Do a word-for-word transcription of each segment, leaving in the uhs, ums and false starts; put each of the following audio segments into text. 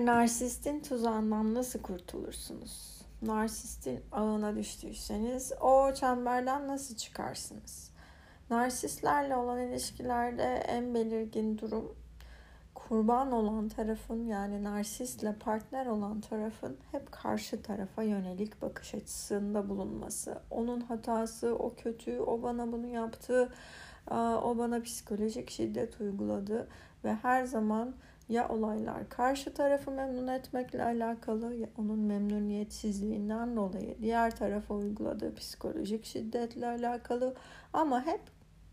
Bir narsistin tuzağından nasıl kurtulursunuz? Narsistin ağına düştüyseniz o çemberden nasıl çıkarsınız? Narsistlerle olan ilişkilerde en belirgin durum kurban olan tarafın, yani narsistle partner olan tarafın hep karşı tarafa yönelik bakış açısında bulunması. Onun hatası, o kötü, o bana bunu yaptı, o bana psikolojik şiddet uyguladı ve her zaman ya olaylar karşı tarafı memnun etmekle alakalı ya onun memnuniyetsizliğinden dolayı diğer tarafa uyguladığı psikolojik şiddetle alakalı, ama hep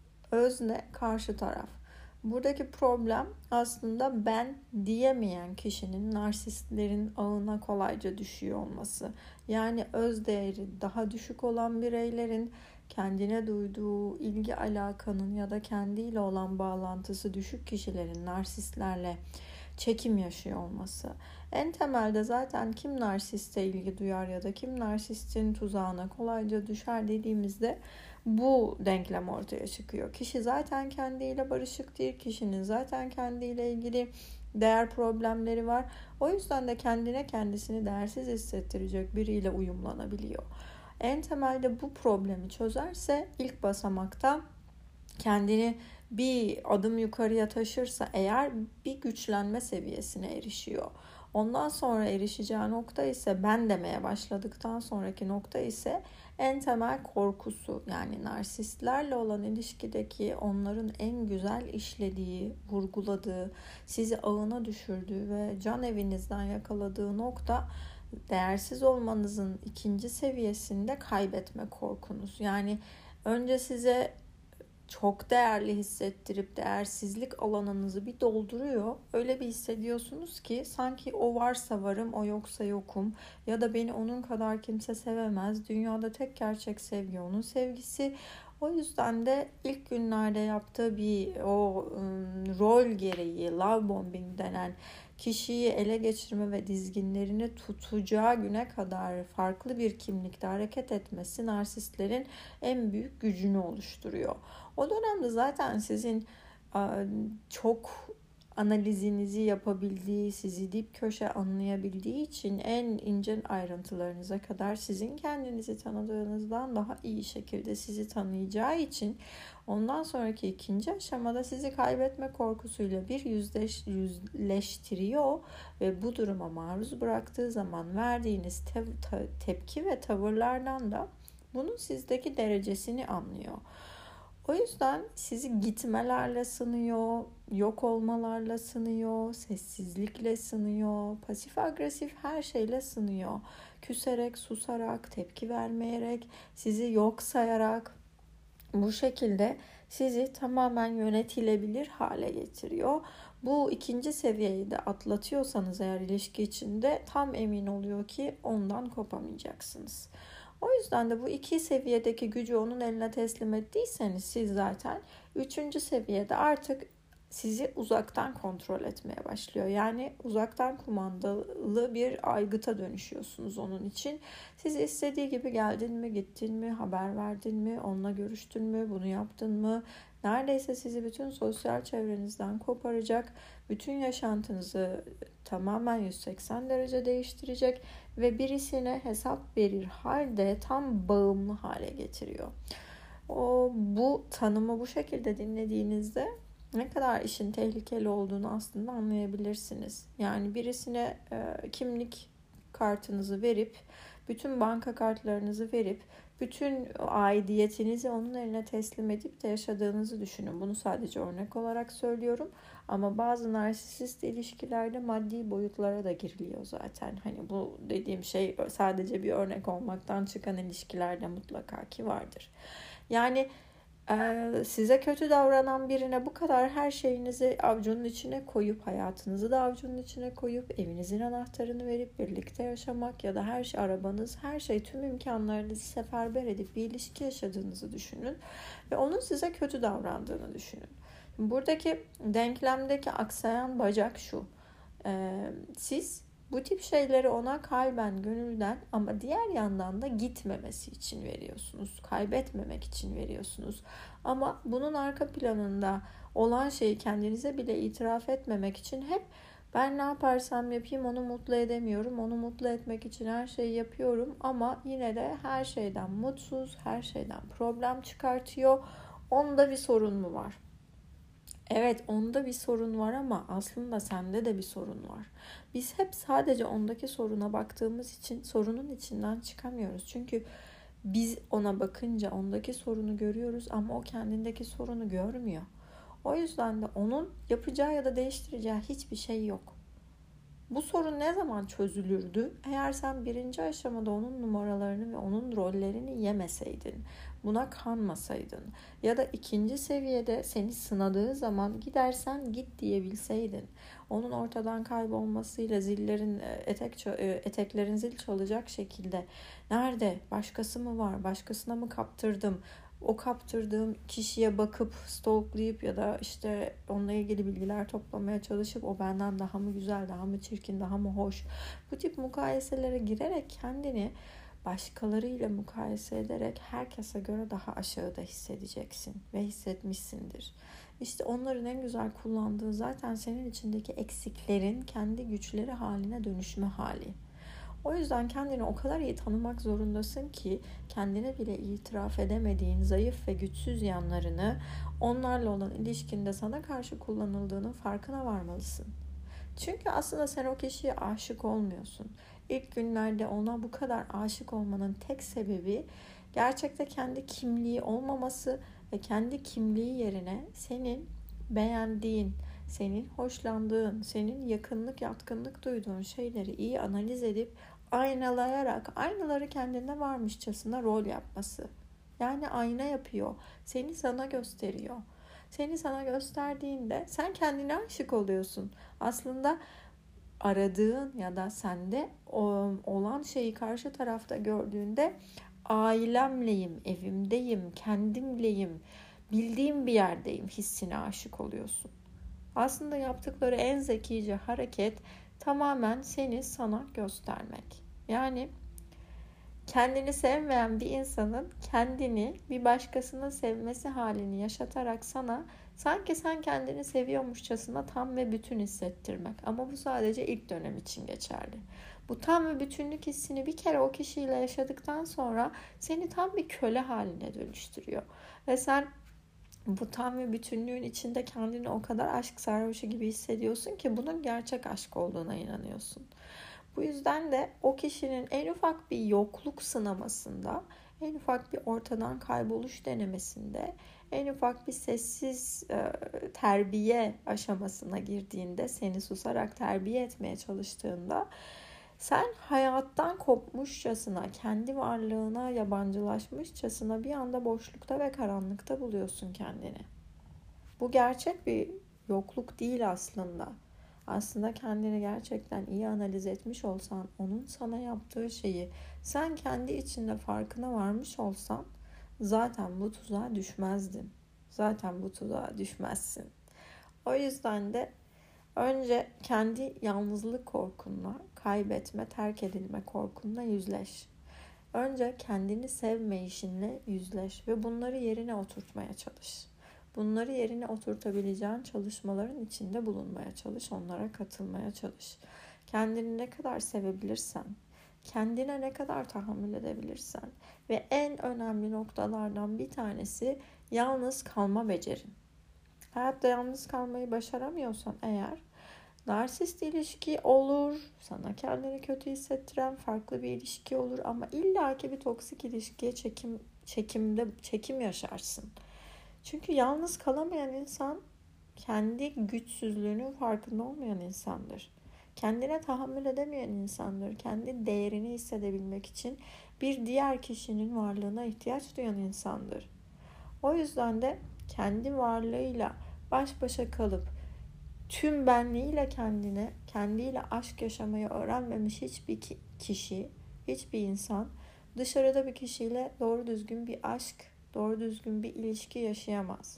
özne karşı taraf. Buradaki problem aslında ben diyemeyen kişinin narsistlerin ağına kolayca düşüyor olması. Yani öz değeri daha düşük olan bireylerin kendine duyduğu ilgi alakanın ya da kendiyle olan bağlantısı düşük kişilerin narsistlerle çekim yaşıyor olması. En temelde zaten kim narsiste ilgi duyar ya da kim narsistin tuzağına kolayca düşer dediğimizde bu denklem ortaya çıkıyor. Kişi zaten kendiyle barışık değil. Kişinin zaten kendiyle ilgili değer problemleri var. O yüzden de kendine kendisini değersiz hissettirecek biriyle uyumlanabiliyor. En temelde bu problemi çözerse ilk basamakta kendini bir adım yukarıya taşırsa eğer bir güçlenme seviyesine erişiyor. Ondan sonra erişeceği nokta ise ben demeye başladıktan sonraki nokta ise en temel korkusu. Yani narsistlerle olan ilişkideki onların en güzel işlediği, vurguladığı, sizi ağına düşürdüğü ve can evinizden yakaladığı nokta değersiz olmanızın ikinci seviyesinde kaybetme korkunuz. Yani önce size çok değerli hissettirip değersizlik alanınızı bir dolduruyor. Öyle bir hissediyorsunuz ki sanki o varsa varım, o yoksa yokum. Ya da beni onun kadar kimse sevemez. Dünyada tek gerçek sevgi onun sevgisi. O yüzden de ilk günlerde yaptığı bir o ım, rol gereği love bombing denen kişiyi ele geçirme ve dizginlerini tutacağı güne kadar farklı bir kimlikte hareket etmesi narsistlerin en büyük gücünü oluşturuyor. O dönemde zaten sizin çok analizinizi yapabildiği, sizi dip köşe anlayabildiği için en ince ayrıntılarınıza kadar sizin kendinizi tanıdığınızdan daha iyi şekilde sizi tanıyacağı için ondan sonraki ikinci aşamada sizi kaybetme korkusuyla bir yüzleş, yüzleştiriyor ve bu duruma maruz bıraktığı zaman verdiğiniz te- te- tepki ve tavırlardan da bunun sizdeki derecesini anlıyor. O yüzden sizi gitmelerle sınıyor, yok olmalarla sınıyor, sessizlikle sınıyor, pasif agresif her şeyle sınıyor. Küserek, susarak, tepki vermeyerek, sizi yok sayarak bu şekilde sizi tamamen yönetilebilir hale getiriyor. Bu ikinci seviyeyi de atlatıyorsanız eğer ilişki içinde tam emin oluyor ki ondan kopamayacaksınız. O yüzden de bu iki seviyedeki gücü onun eline teslim ettiyseniz siz zaten üçüncü seviyede artık sizi uzaktan kontrol etmeye başlıyor. Yani uzaktan kumandalı bir aygıta dönüşüyorsunuz onun için. Sizi istediği gibi geldin mi, gittin mi, haber verdin mi, onunla görüştün mü, bunu yaptın mı? Neredeyse sizi bütün sosyal çevrenizden koparacak, bütün yaşantınızı tamamen yüz seksen derece değiştirecek ve birisine hesap verir halde tam bağımlı hale getiriyor. O bu tanımı bu şekilde dinlediğinizde ne kadar işin tehlikeli olduğunu aslında anlayabilirsiniz. Yani birisine e, kimlik kartınızı verip, bütün banka kartlarınızı verip, bütün aidiyetinizi onun eline teslim edip de yaşadığınızı düşünün. Bunu sadece örnek olarak söylüyorum. Ama bazı narsist ilişkilerde maddi boyutlara da giriliyor zaten. Hani bu dediğim şey sadece bir örnek olmaktan çıkan ilişkilerde mutlaka ki vardır. Yani size kötü davranan birine bu kadar her şeyinizi avucunun içine koyup, hayatınızı da avucunun içine koyup, evinizin anahtarını verip birlikte yaşamak ya da her şey, arabanız, her şey, tüm imkanlarınızı seferber edip bir ilişki yaşadığınızı düşünün ve onun size kötü davrandığını düşünün. Buradaki denklemdeki aksayan bacak şu: siz bu tip şeyleri ona kalben, gönülden ama diğer yandan da gitmemesi için veriyorsunuz. Kaybetmemek için veriyorsunuz. Ama bunun arka planında olan şeyi kendinize bile itiraf etmemek için hep Ben ne yaparsam yapayım onu mutlu edemiyorum. Onu mutlu etmek için her şeyi yapıyorum ama yine de her şeyden mutsuz, her şeyden problem çıkartıyor. Onda bir sorun mu var? Evet, onda bir sorun var ama aslında sende de bir sorun var. Biz hep sadece ondaki soruna baktığımız için sorunun içinden çıkamıyoruz. Çünkü biz ona bakınca ondaki sorunu görüyoruz ama o kendindeki sorunu görmüyor. O yüzden de onun yapacağı ya da değiştireceği hiçbir şey yok. Bu sorun ne zaman çözülürdü? Eğer sen birinci aşamada onun numaralarını ve onun rollerini yemeseydin, buna kanmasaydın ya da ikinci seviyede seni sınadığı zaman gidersen git diyebilseydin, onun ortadan kaybolmasıyla zillerin etek eteklerin zil çalacak şekilde nerede, başkası mı var, başkasına mı kaptırdım, o kaptırdığım kişiye bakıp stalklayıp ya da işte onunla ilgili bilgiler toplamaya çalışıp o benden daha mı güzel, daha mı çirkin, daha mı hoş, bu tip mukayeselere girerek kendini başkalarıyla mukayese ederek herkese göre daha aşağıda hissedeceksin ve hissetmişsindir. İşte onların en güzel kullandığı zaten senin içindeki eksiklerin kendi güçleri haline dönüşme hali. O yüzden kendini o kadar iyi tanımak zorundasın ki kendine bile itiraf edemediğin zayıf ve güçsüz yanlarını onlarla olan ilişkinde sana karşı kullanıldığının farkına varmalısın. Çünkü aslında sen o kişiye aşık olmuyorsun. İlk günlerde ona bu kadar aşık olmanın tek sebebi gerçekte kendi kimliği olmaması ve kendi kimliği yerine senin beğendiğin, senin hoşlandığın, senin yakınlık, yatkınlık duyduğun şeyleri iyi analiz edip aynalayarak aynaları kendinde varmışçasına rol yapması. Yani ayna yapıyor. Seni sana gösteriyor. Seni sana gösterdiğinde sen kendine aşık oluyorsun. Aslında aradığın ya da sende olan şeyi karşı tarafta gördüğünde ailemleyim, evimdeyim, kendimleyim, bildiğim bir yerdeyim hissine aşık oluyorsun. Aslında yaptıkları en zekice hareket tamamen seni sana göstermek. Yani kendini sevmeyen bir insanın kendini bir başkasının sevmesi halini yaşatarak sana sanki sen kendini seviyormuşçasına tam ve bütün hissettirmek. Ama bu sadece ilk dönem için geçerli. Bu tam ve bütünlük hissini bir kere o kişiyle yaşadıktan sonra seni tam bir köle haline dönüştürüyor. Ve sen bu tam ve bütünlüğün içinde kendini o kadar aşk sarhoşu gibi hissediyorsun ki bunun gerçek aşk olduğuna inanıyorsun. Bu yüzden de o kişinin en ufak bir yokluk sınamasında, en ufak bir ortadan kayboluş denemesinde, en ufak bir sessiz e, terbiye aşamasına girdiğinde, seni susarak terbiye etmeye çalıştığında sen hayattan kopmuşçasına, kendi varlığına yabancılaşmışçasına bir anda boşlukta ve karanlıkta buluyorsun kendini. Bu gerçek bir yokluk değil aslında. Aslında kendini gerçekten iyi analiz etmiş olsan, onun sana yaptığı şeyi sen kendi içinde farkına varmış olsan zaten bu tuzağa düşmezdin. Zaten bu tuzağa düşmezsin. O yüzden de önce kendi yalnızlık korkunla, kaybetme, terk edilme korkunla yüzleş. Önce kendini sevmeyişinle yüzleş ve bunları yerine oturtmaya çalış. Bunları yerine oturtabileceğin çalışmaların içinde bulunmaya çalış, onlara katılmaya çalış. Kendini ne kadar sevebilirsen, kendine ne kadar tahammül edebilirsen ve en önemli noktalardan bir tanesi yalnız kalma becerin. Hayatta yalnız kalmayı başaramıyorsan eğer, narsist ilişki olur, sana kendini kötü hissettiren farklı bir ilişki olur ama illaki bir toksik ilişkiye çekim çekimde çekim yaşarsın. Çünkü yalnız kalamayan insan kendi güçsüzlüğünün farkında olmayan insandır. Kendine tahammül edemeyen insandır. Kendi değerini hissedebilmek için bir diğer kişinin varlığına ihtiyaç duyan insandır. O yüzden de kendi varlığıyla baş başa kalıp tüm benliğiyle kendine, kendiyle aşk yaşamayı öğrenmemiş hiçbir kişi, hiçbir insan dışarıda bir kişiyle doğru düzgün bir aşk, doğru düzgün bir ilişki yaşayamaz.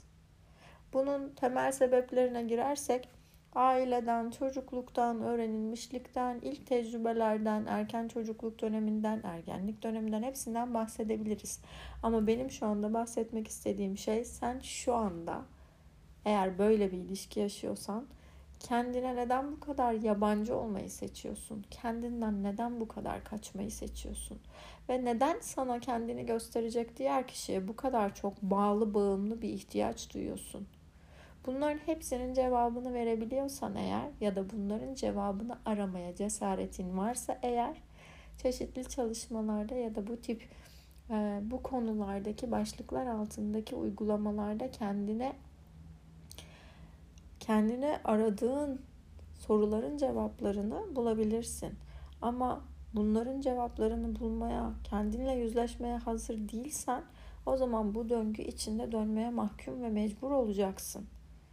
Bunun temel sebeplerine girersek aileden, çocukluktan, öğrenilmişlikten, ilk tecrübelerden, erken çocukluk döneminden, ergenlik döneminden hepsinden bahsedebiliriz. Ama benim şu anda bahsetmek istediğim şey sen şu anda eğer böyle bir ilişki yaşıyorsan Kendine neden bu kadar yabancı olmayı seçiyorsun? Kendinden neden bu kadar kaçmayı seçiyorsun? Ve neden sana kendini gösterecek diğer kişiye bu kadar çok bağlı, bağımlı bir ihtiyaç duyuyorsun? Bunların hepsinin cevabını verebiliyorsan eğer ya da bunların cevabını aramaya cesaretin varsa eğer, çeşitli çalışmalarda ya da bu tip e, bu konulardaki başlıklar altındaki uygulamalarda kendine kendine aradığın soruların cevaplarını bulabilirsin. Ama bunların cevaplarını bulmaya, kendinle yüzleşmeye hazır değilsen, o zaman bu döngü içinde dönmeye mahkum ve mecbur olacaksın.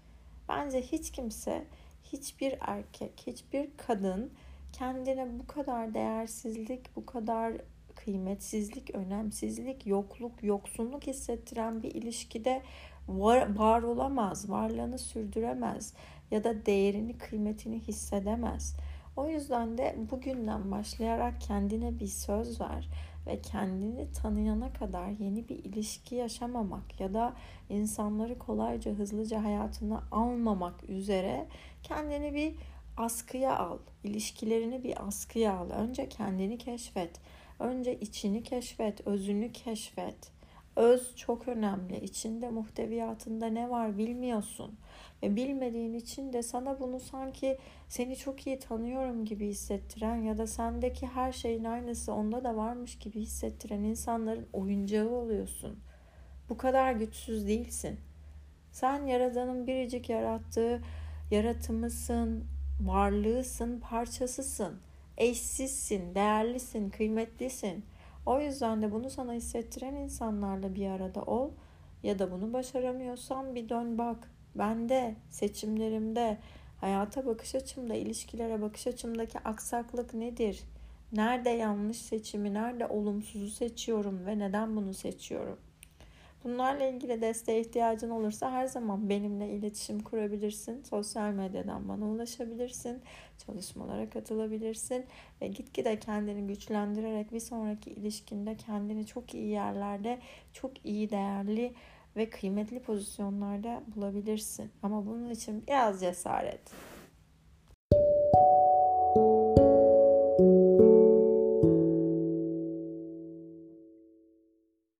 Bence hiç kimse, hiçbir erkek, hiçbir kadın kendine bu kadar değersizlik, bu kadar kıymetsizlik, önemsizlik, yokluk, yoksunluk hissettiren bir ilişkide var, var olamaz, varlığını sürdüremez ya da değerini, kıymetini hissedemez. O yüzden de bugünden başlayarak kendine bir söz ver ve kendini tanıyana kadar yeni bir ilişki yaşamamak ya da insanları kolayca, hızlıca hayatına almamak üzere kendini bir askıya al. İlişkilerini bir askıya al. Önce kendini keşfet. Önce içini keşfet, özünü keşfet. Öz çok önemli. İçinde, muhteviyatında ne var bilmiyorsun. Ve bilmediğin için de sana bunu sanki seni çok iyi tanıyorum gibi hissettiren ya da sendeki her şeyin aynısı onda da varmış gibi hissettiren insanların oyuncağı oluyorsun. Bu kadar güçsüz değilsin. Sen Yaradan'ın biricik yarattığı yaratımısın, varlığısın, parçasısın. Eşsizsin, değerlisin, kıymetlisin. O yüzden de bunu sana hissettiren insanlarla bir arada ol. Ya da bunu başaramıyorsan bir dön bak. Bende, seçimlerimde, hayata bakış açımda, ilişkilere bakış açımdaki aksaklık nedir? Nerede yanlış seçimi, nerede olumsuzu seçiyorum ve neden bunu seçiyorum? Bunlarla ilgili desteğe ihtiyacın olursa her zaman benimle iletişim kurabilirsin. Sosyal medyadan bana ulaşabilirsin. Çalışmalara katılabilirsin. Ve gitgide kendini güçlendirerek bir sonraki ilişkinde kendini çok iyi yerlerde, çok iyi, değerli ve kıymetli pozisyonlarda bulabilirsin. Ama bunun için biraz cesaret.